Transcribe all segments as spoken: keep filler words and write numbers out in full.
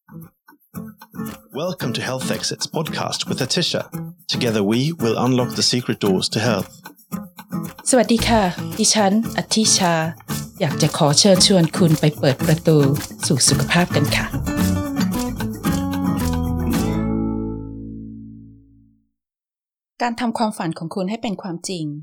Welcome to Health Exits podcast with Atisha. Together we will unlock the secret doors to health. สวัสดีค่ะดิฉันอทิชาอยากจะขอเชิญชวนคุณไปเปิดประตูสู่สุขภาพกันค่ะการทำความฝันของคุณให้เป็นความจริง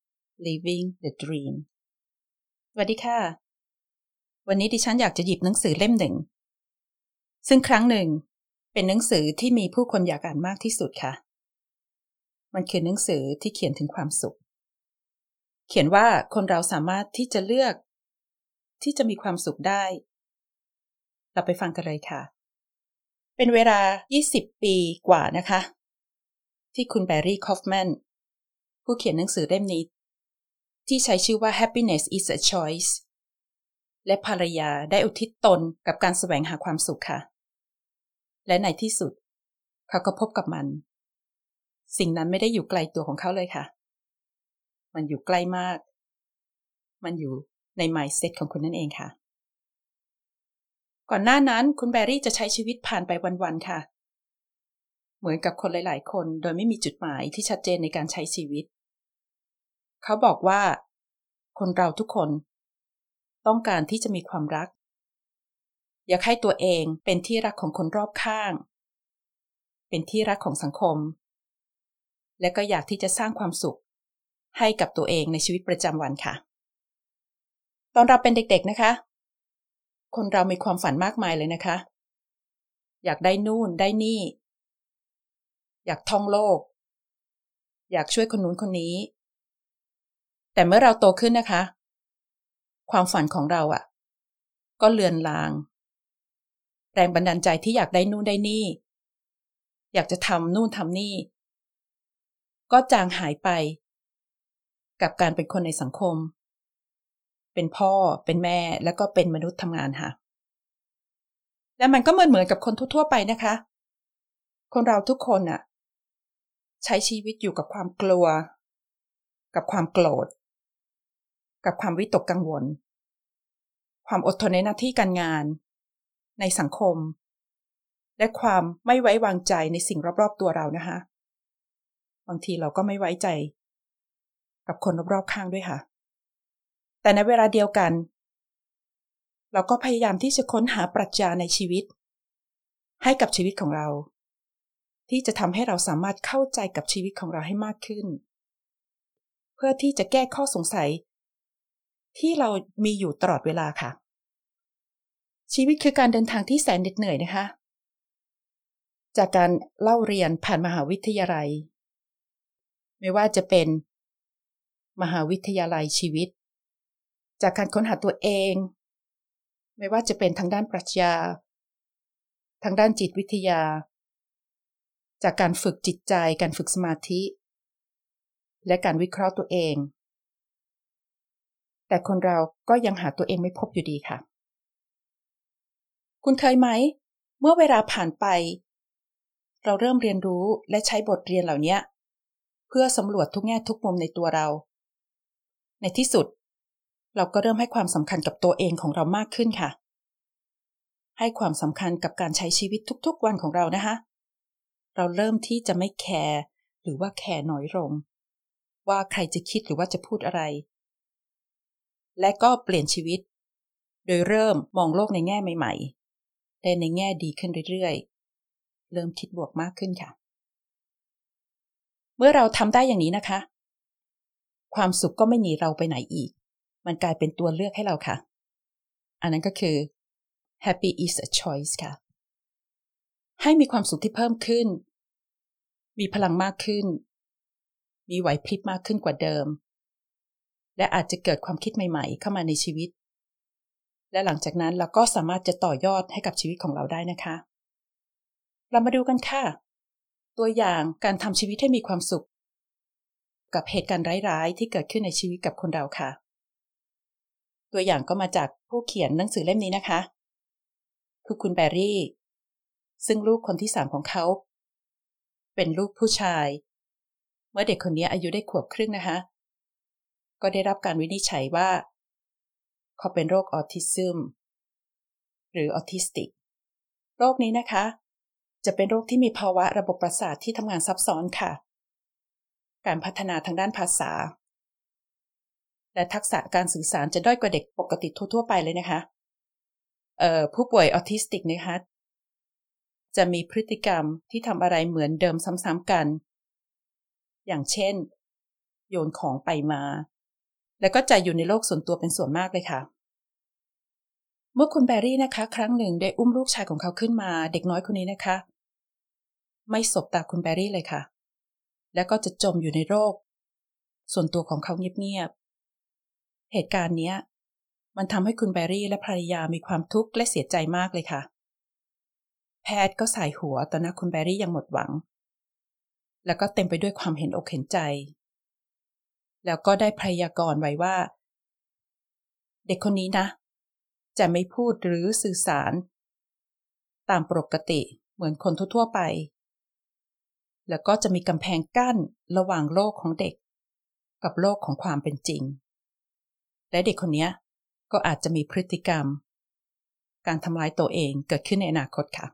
Living the Dream สวัสดีค่ะวันนี้ดิฉันอยากจะหยิบหนังสือเล่มหนึ่งซึ่งครั้งหนึ่งเป็นหนังสือที่มีผู้คนอยากอ่านมากที่สุดค่ะมันคือหนังสือที่เขียนถึงความสุขเขียนว่าคนเราสามารถที่จะเลือกที่จะมีความสุขได้เราไปฟังกันเลยค่ะเป็นเวลายี่สิบปีกว่านะคะที่คุณแบร์รี่คอฟแมนผู้เขียนหนังสือเล่มนี้ที่ใช้ชื่อว่า Happiness is a Choice และภรรยาได้อุทิศตนกับการแสวงหาความสุขค่ะและในที่สุดเขาก็พบกับมันสิ่งนั้นไม่ได้อยู่ไกลตัวของเขาเลยค่ะมันอยู่ใกล้มากมันอยู่ใน mindset ของคุณนั่นเองค่ะก่อนหน้านั้นคุณแบร์รี่จะใช้ชีวิตผ่านไปวันๆค่ะเหมือนกับคนหลายๆคนโดยไม่มีจุดหมายที่ชัดเจนในการใช้ชีวิตเขาบอกว่าคนเราทุกคนต้องการที่จะมีความรักอยากให้ตัวเองเป็นที่รักของคนรอบข้างเป็นที่รักของสังคมและก็อยากที่จะสร้างความสุขให้กับตัวเองในชีวิตประจำวันค่ะตอนเราเป็นเด็กๆนะคะคนเรามีความฝันมากมายเลยนะคะอยากได้นู่นได้นี่อยากท่องโลกอยากช่วยคนนู้นคนนี้แต่เมื่อเราโตขึ้นนะคะความฝันของเราอ่ะก็เลือนลางแรงบันดาลใจที่อยากได้นู่นได้นี่อยากจะทำนู่นทำนี่ก็จางหายไปกับการเป็นคนในสังคมเป็นพ่อเป็นแม่แล้วก็เป็นมนุษย์ทำงานค่ะและมันก็เหมือนเหมือนกับคนทั่วๆไปนะคะคนเราทุกคนน่ะใช้ชีวิตอยู่กับความกลัวกับความโกรธกับความวิตกกังวลความอดทนในหน้าที่การงานในสังคมและความไม่ไว้วางใจในสิ่งรอบๆตัวเรานะคะบางทีเราก็ไม่ไว้ใจกับคนรอบๆข้างด้วยค่ะแต่ในเวลาเดียวกันเราก็พยายามที่จะค้นหาปรัชญาในชีวิตให้กับชีวิตของเราที่จะทำให้เราสามารถเข้าใจกับชีวิตของเราให้มากขึ้นเพื่อที่จะแก้ข้อสงสัยที่เรามีอยู่ตลอดเวลาค่ะชีวิตคือการเดินทางที่แสนเหน็ดเหนื่อยนะคะจากการเล่าเรียนผ่านมหาวิทยาลัยไม่ว่าจะเป็นมหาวิทยาลัยชีวิตจากการค้นหาตัวเองไม่ว่าจะเป็นทางด้านปรัชญาทางด้านจิตวิทยาจากการฝึกจิตใจการฝึกสมาธิและการวิเคราะห์ตัวเองแต่คนเราก็ยังหาตัวเองไม่พบอยู่ดีค่ะคุณเคยไหมเมื่อเวลาผ่านไปเราเริ่มเรียนรู้และใช้บทเรียนเหล่านี้เพื่อสำรวจทุกแง่ทุกมุมในตัวเราในที่สุดเราก็เริ่มให้ความสำคัญกับตัวเองของเรามากขึ้นค่ะให้ความสำคัญกับการใช้ชีวิตทุกๆวันของเรานะคะเราเริ่มที่จะไม่แคร์หรือว่าแคร์น้อยลงว่าใครจะคิดหรือว่าจะพูดอะไรและก็เปลี่ยนชีวิตโดยเริ่มมองโลกในแง่ใหม่ๆและในแง่ดีขึ้นเรื่อยๆเริ่มคิดบวกมากขึ้นค่ะเมื่อเราทำได้อย่างนี้นะคะความสุขก็ไม่หนีเราไปไหนอีกมันกลายเป็นตัวเลือกให้เราค่ะอันนั้นก็คือ Happy is a choice ค่ะให้มีความสุขที่เพิ่มขึ้นมีพลังมากขึ้นมีไหวพริบมากขึ้นกว่าเดิมและอาจจะเกิดความคิดใหม่ๆเข้ามาในชีวิตและหลังจากนั้นเราก็สามารถจะต่อยอดให้กับชีวิตของเราได้นะคะเรามาดูกันค่ะตัวอย่างการทำชีวิตให้มีความสุขกับเหตุการณ์ร้ายๆที่เกิดขึ้นในชีวิตกับคนเราค่ะตัวอย่างก็มาจากผู้เขียนหนังสือเล่มนี้นะคะคือคุณแบร์รี่ซึ่งลูกคนที่สามของเขาเป็นลูกผู้ชายเมื่อเด็กคนนี้อายุได้ขวบครึ่งนะคะก็ได้รับการวินิจฉัยว่าเขาเป็นโรคออทิซึมหรือออทิสติกโรคนี้นะคะจะเป็นโรคที่มีภาวะระบบประสาทที่ทำงานซับซ้อนค่ะการพัฒนาทางด้านภาษาและทักษะการสื่อสารจะด้อยกว่าเด็กปกติทั่วๆไปเลยนะคะเอ่อผู้ป่วยออทิสติกนะคะจะมีพฤติกรรมที่ทำอะไรเหมือนเดิมซ้ำๆกันอย่างเช่นโยนของไปมาแล้วก็จะอยู่ในโลกส่วนตัวเป็นส่วนมากเลยค่ะเมื่อคุณแบรี่นะคะครั้งหนึ่งได้อุ้มลูกชายของเขาขึ้นมาเด็กน้อยคนนี้นะคะไม่สบตาคุณแบรี่เลยค่ะแล้วก็จะจมอยู่ในโรคส่วนตัวของเขาเงียบๆเหตุการณ์นี้มันทำให้คุณแบรี่และภรรยามีความทุกข์และเสียใจมากเลยค่ะแพทย์ก็สายหัวตอนนั้นคุณแบรี่ยังหมดหวังแล้วก็เต็มไปด้วยความเห็นอกเห็นใจแล้วก็ได้พยากรณ์ไว้ว่าเด็กคนนี้นะจะไม่พูดหรือสื่อสารตามปกติเหมือนคนทั่วๆไปแล้วก็จะมีกำแพงกั้นระหว่างโลกของเด็กกับโลกของความเป็นจริงและเด็กคนนี้ก็อาจจะมีพฤติกรรมการทำร้ายตัวเองเกิดขึ้นในอนาคตค่ะ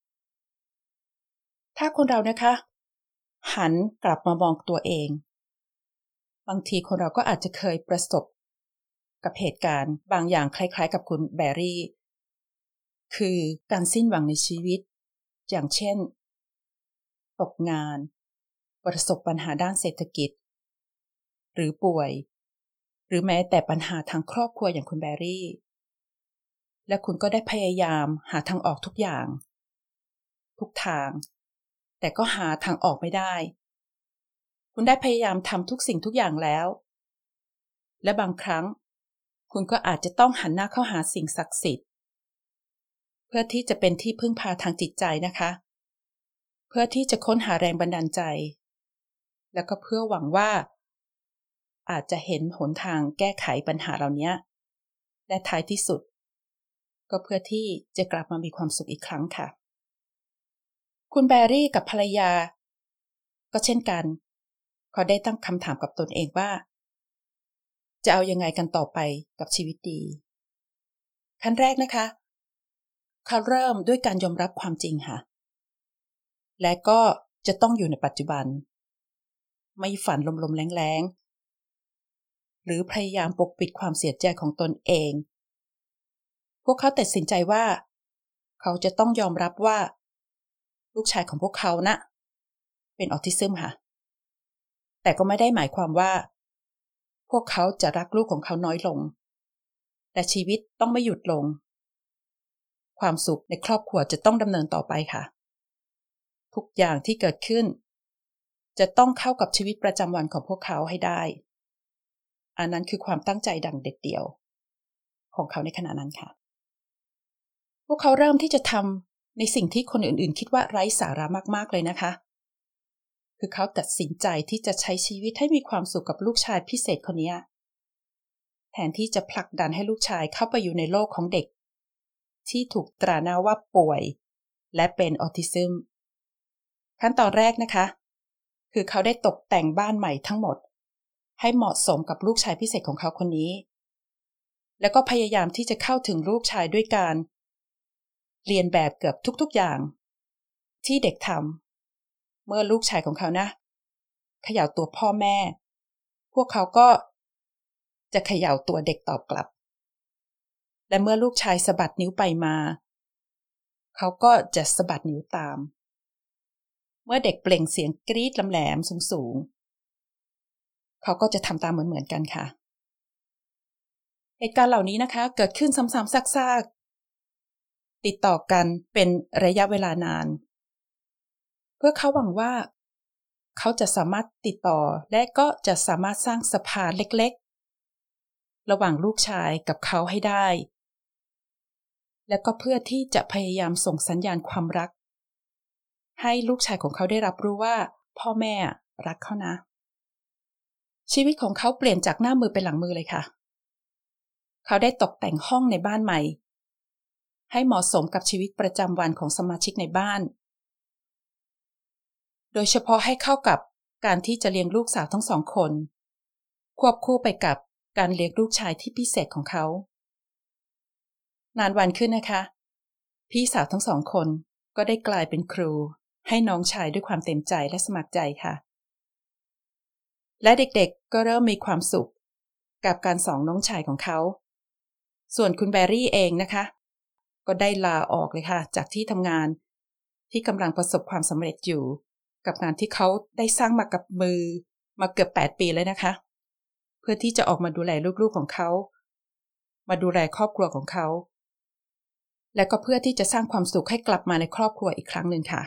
ถ้าคนเรานะคะหันกลับมามองตัวเองบางทีคนเราก็อาจจะเคยประสบกับเหตุการณ์บางอย่างคล้ายๆกับคุณแบรี่คือการสิ้นหวังในชีวิตอย่างเช่นตกงานประสบปัญหาด้านเศรษฐกิจหรือป่วยหรือแม้แต่ปัญหาทางครอบครัวอย่างคุณแบรี่และคุณก็ได้พยายามหาทางออกทุกอย่างทุกทางแต่ก็หาทางออกไม่ได้คุณได้พยายามทำทุกสิ่งทุกอย่างแล้วและบางครั้งคุณก็อาจจะต้องหันหน้าเข้าหาสิ่งศักดิ์สิทธิ์เพื่อที่จะเป็นที่พึ่งพาทางจิตใจนะคะเพื่อที่จะค้นหาแรงบันดาลใจแล้วก็เพื่อหวังว่าอาจจะเห็นหนทางแก้ไขปัญหาเหล่านี้และท้ายที่สุดก็เพื่อที่จะกลับมามีความสุขอีกครั้งค่ะคุณแบรี่กับภรรยาก็เช่นกันเขาได้ตั้งคำถามกับตนเองว่าจะเอายังไงกันต่อไปกับชีวิตดีขั้นแรกนะคะเขาเริ่มด้วยการยอมรับความจริงค่ะและก็จะต้องอยู่ในปัจจุบันไม่ฝันลมๆแรงๆหรือพยายามปกปิดความเสียใจของตนเองพวกเขาตัดสินใจว่าเขาจะต้องยอมรับว่าลูกชายของพวกเขานะเป็นออทิซึมค่ะแต่ก็ไม่ได้หมายความว่าพวกเขาจะรักลูกของเขาน้อยลงแต่ชีวิตต้องไม่หยุดลงความสุขในครอบครัวจะต้องดำเนินต่อไปค่ะทุกอย่างที่เกิดขึ้นจะต้องเข้ากับชีวิตประจำวันของพวกเขาให้ได้อันนั้นคือความตั้งใจดังเด็ดเดี่ยวของเขาในขณะนั้นค่ะพวกเขาเริ่มที่จะทำในสิ่งที่คนอื่นๆคิดว่าไร้สาระมากๆเลยนะคะคือเขาตัดสินใจที่จะใช้ชีวิตให้มีความสุขกับลูกชายพิเศษคนนี้แทนที่จะผลักดันให้ลูกชายเข้าไปอยู่ในโลกของเด็กที่ถูกตราหน้าว่าป่วยและเป็นออทิซึมขั้นตอนแรกนะคะคือเขาได้ตกแต่งบ้านใหม่ทั้งหมดให้เหมาะสมกับลูกชายพิเศษของเขาคนนี้แล้วก็พยายามที่จะเข้าถึงลูกชายด้วยการเรียนแบบเกือบทุกๆอย่างที่เด็กทำเมื่อลูกชายของเขานะเขย่าตัวพ่อแม่พวกเขาก็จะเขย่าตัวเด็กตอบกลับและเมื่อลูกชายสะบัดนิ้วไปมาเขาก็จะสะบัดนิ้วตามเมื่อเด็กเปล่งเสียงกรี๊ดแหลมๆสูงๆเขาก็จะทำตามเหมือนๆกันค่ะเหตุการณ์เหล่านี้นะคะเกิดขึ้นซ้ำๆซากๆติดต่อกันเป็นระยะเวลานานเพื่อเขาหวังว่าเขาจะสามารถติดต่อและก็จะสามารถสร้างสะพานเล็กๆระหว่างลูกชายกับเขาให้ได้และก็เพื่อที่จะพยายามส่งสัญญาณความรักให้ลูกชายของเขาได้รับรู้ว่าพ่อแม่รักเขานะชีวิตของเขาเปลี่ยนจากหน้ามือเป็นหลังมือเลยค่ะเขาได้ตกแต่งห้องในบ้านใหม่ให้เหมาะสมกับชีวิตประจำวันของสมาชิกในบ้านโดยเฉพาะให้เข้ากับการที่จะเลี้ยงลูกสาวทั้งสองคนควบคู่ไปกับการเลี้ยงลูกชายที่พิเศษของเขานานวันขึ้นนะคะพี่สาวทั้งสองคนก็ได้กลายเป็นครูให้น้องชายด้วยความเต็มใจและสมัครใจค่ะและเด็กๆก็เริ่มมีความสุขกับการสอนน้องชายของเขาส่วนคุณแบรี่เองนะคะก็ได้ลาออกเลยค่ะจากที่ทำงานที่กำลังประสบความสำเร็จอยู่กับงานที่เขาได้สร้างมากับมือมาเกือบแปดปีเลยนะคะเพื่อที่จะออกมาดูแลลูกๆของเขามาดูแลครอบครัวของเขาและก็เพื่อที่จะสร้างความสุขให้กลับมาในครอบครัวอีกครั้งหนึ่งค่ะ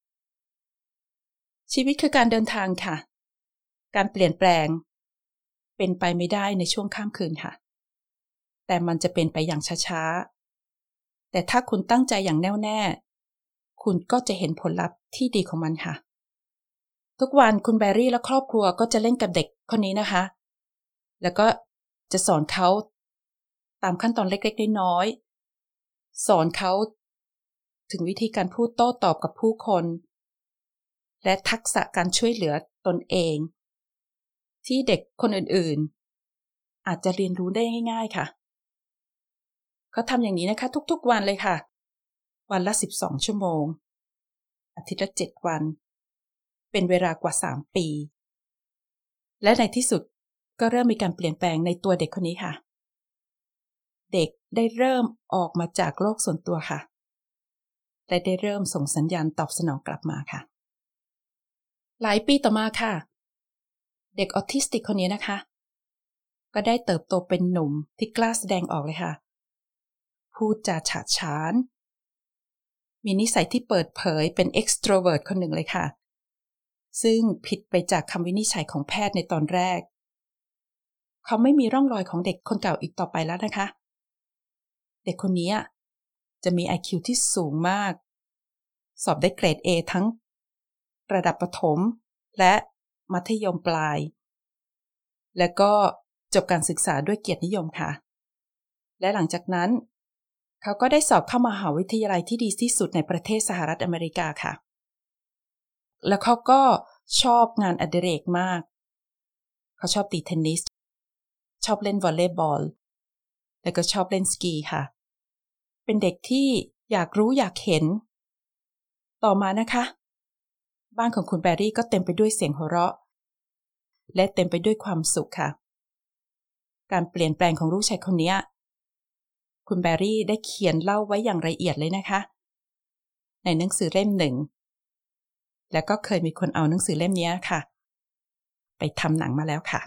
ชีวิตคือการเดินทางค่ะการเปลี่ยนแปลงเป็นไปไม่ได้ในช่วงข้ามคืนค่ะแต่มันจะเป็นไปอย่างช้าๆแต่ถ้าคุณตั้งใจอย่างแน่วแน่คุณก็จะเห็นผลลัพธ์ที่ดีของมันค่ะทุกวันคุณแบรี่และครอบครัวก็จะเล่นกับเด็กคนนี้นะคะแล้วก็จะสอนเขาตามขั้นตอนเล็กๆน้อยๆสอนเขาถึงวิธีการพูดโต้ตอบกับผู้คนและทักษะการช่วยเหลือตนเองที่เด็กคนอื่นๆอาจจะเรียนรู้ได้ง่ายๆค่ะเขาทำอย่างนี้นะคะทุกๆวันเลยค่ะวันละสิบสองชั่วโมงอาทิตย์ละเจ็ดวันเป็นเวลากว่าสามปีและในที่สุดก็เริ่มมีการเปลี่ยนแปลงในตัวเด็กคนนี้ค่ะเด็กได้เริ่มออกมาจากโลกส่วนตัวค่ะและได้เริ่มส่งสัญญาณตอบสนองกลับมาค่ะหลายปีต่อมาค่ะเด็กออทิสติกคนนี้นะคะก็ได้เติบโตเป็นหนุ่มที่กล้าแสดงออกเลยค่ะพูดจาฉาฉานมีนิสัยที่เปิดเผยเป็น extrovert คนหนึ่งเลยค่ะซึ่งผิดไปจากคำวินิจฉัยของแพทย์ในตอนแรกเขาไม่มีร่องรอยของเด็กคนเก่าอีกต่อไปแล้วนะคะเด็กคนนี้จะมี ไอ คิว ที่สูงมากสอบได้เกรด A ทั้งระดับประถมและมัธยมปลายและก็จบการศึกษาด้วยเกียรตินิยมค่ะและหลังจากนั้นเขาก็ได้สอบเข้ามหาวิทยาลัยที่ดีที่สุดในประเทศสหรัฐอเมริกาค่ะแล้วเขาก็ชอบงานอดิเรกมากเขาชอบตีเทนนิสชอบเล่นวอลเลย์บอลแล้วก็ชอบเล่นสกีค่ะเป็นเด็กที่อยากรู้อยากเห็นต่อมานะคะบ้านของคุณแบรี่ก็เต็มไปด้วยเสียงหัวเราะและเต็มไปด้วยความสุขค่ะการเปลี่ยนแปลงของลูกชายคนนี้คุณแบรี่ได้เขียนเล่าไว้อย่างละเอียดเลยนะคะในหนังสือเล่มหนึ่งแล้วก็เคยมีคนเอาหนังสือเล่มนี้ค่ะไปทำหนังมาแล้วค่ะ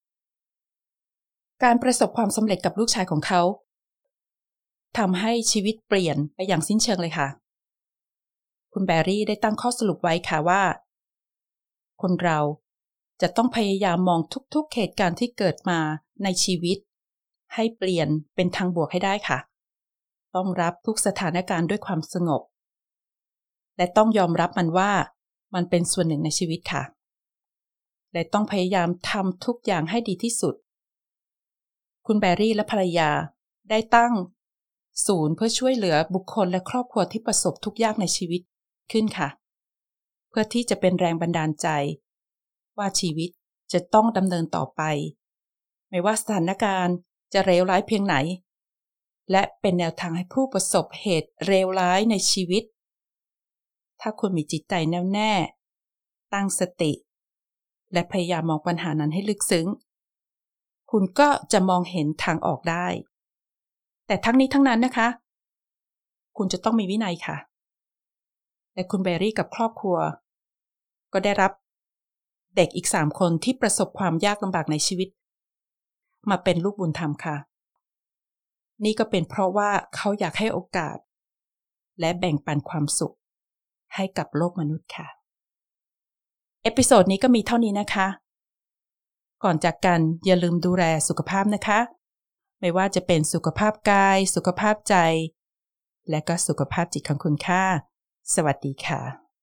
การประสบความสำเร็จกับลูกชายของเขาทำให้ชีวิตเปลี่ยนไปอย่างสิ้นเชิงเลยค่ะคุณแบรี่ได้ตั้งข้อสรุปไว้ค่ะว่าคนเราจะต้องพยายามมองทุกๆเหตุการณ์ที่เกิดมาในชีวิตให้เปลี่ยนเป็นทางบวกให้ได้ค่ะต้องรับทุกสถานการณ์ด้วยความสงบและต้องยอมรับมันว่ามันเป็นส่วนหนึ่งในชีวิตค่ะและต้องพยายามทำทุกอย่างให้ดีที่สุดคุณแบรี่และภรรยาได้ตั้งศูนย์เพื่อช่วยเหลือบุคคลและครอบครัวที่ประสบทุกข์ยากในชีวิตขึ้นค่ะเพื่อที่จะเป็นแรงบันดาลใจว่าชีวิตจะต้องดำเนินต่อไปไม่ว่าสถานการณ์จะเลวร้ายเพียงไหนและเป็นแนวทางให้ผู้ประสบเหตุเลวร้ายในชีวิตถ้าคุณมีจิตใจแน่วแน่ตั้งสติและพยายามมองปัญหานั้นให้ลึกซึ้งคุณก็จะมองเห็นทางออกได้แต่ทั้งนี้ทั้งนั้นนะคะคุณจะต้องมีวินัยค่ะและคุณแบรี่กับครอบครัวก็ได้รับเด็กอีกสามคนที่ประสบความยากลำบากในชีวิตมาเป็นลูกบุญธรรมค่ะนี่ก็เป็นเพราะว่าเขาอยากให้โอกาสและแบ่งปันความสุขให้กับโลกมนุษย์ค่ะเอพิโซดนี้ก็มีเท่านี้นะคะก่อนจากกันอย่าลืมดูแลสุขภาพนะคะไม่ว่าจะเป็นสุขภาพกายสุขภาพใจและก็สุขภาพจิตของคุณค่ะสวัสดีค่ะ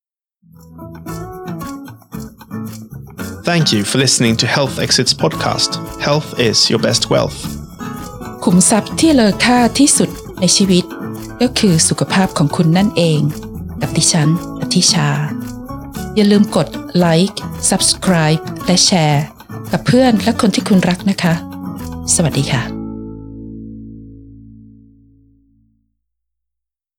Thank you for listening to Health Exits podcast. Health is your best wealth. ขุมทรัพย์ที่เลอค่าที่สุดในชีวิตก็คือสุขภาพของคุณนั่นเองกับดิฉันอธิชาอย่าลืมกดไลค์ Subscribe และแชร์กับเพื่อนและคนที่คุณรักนะคะสวัสดีค่ะ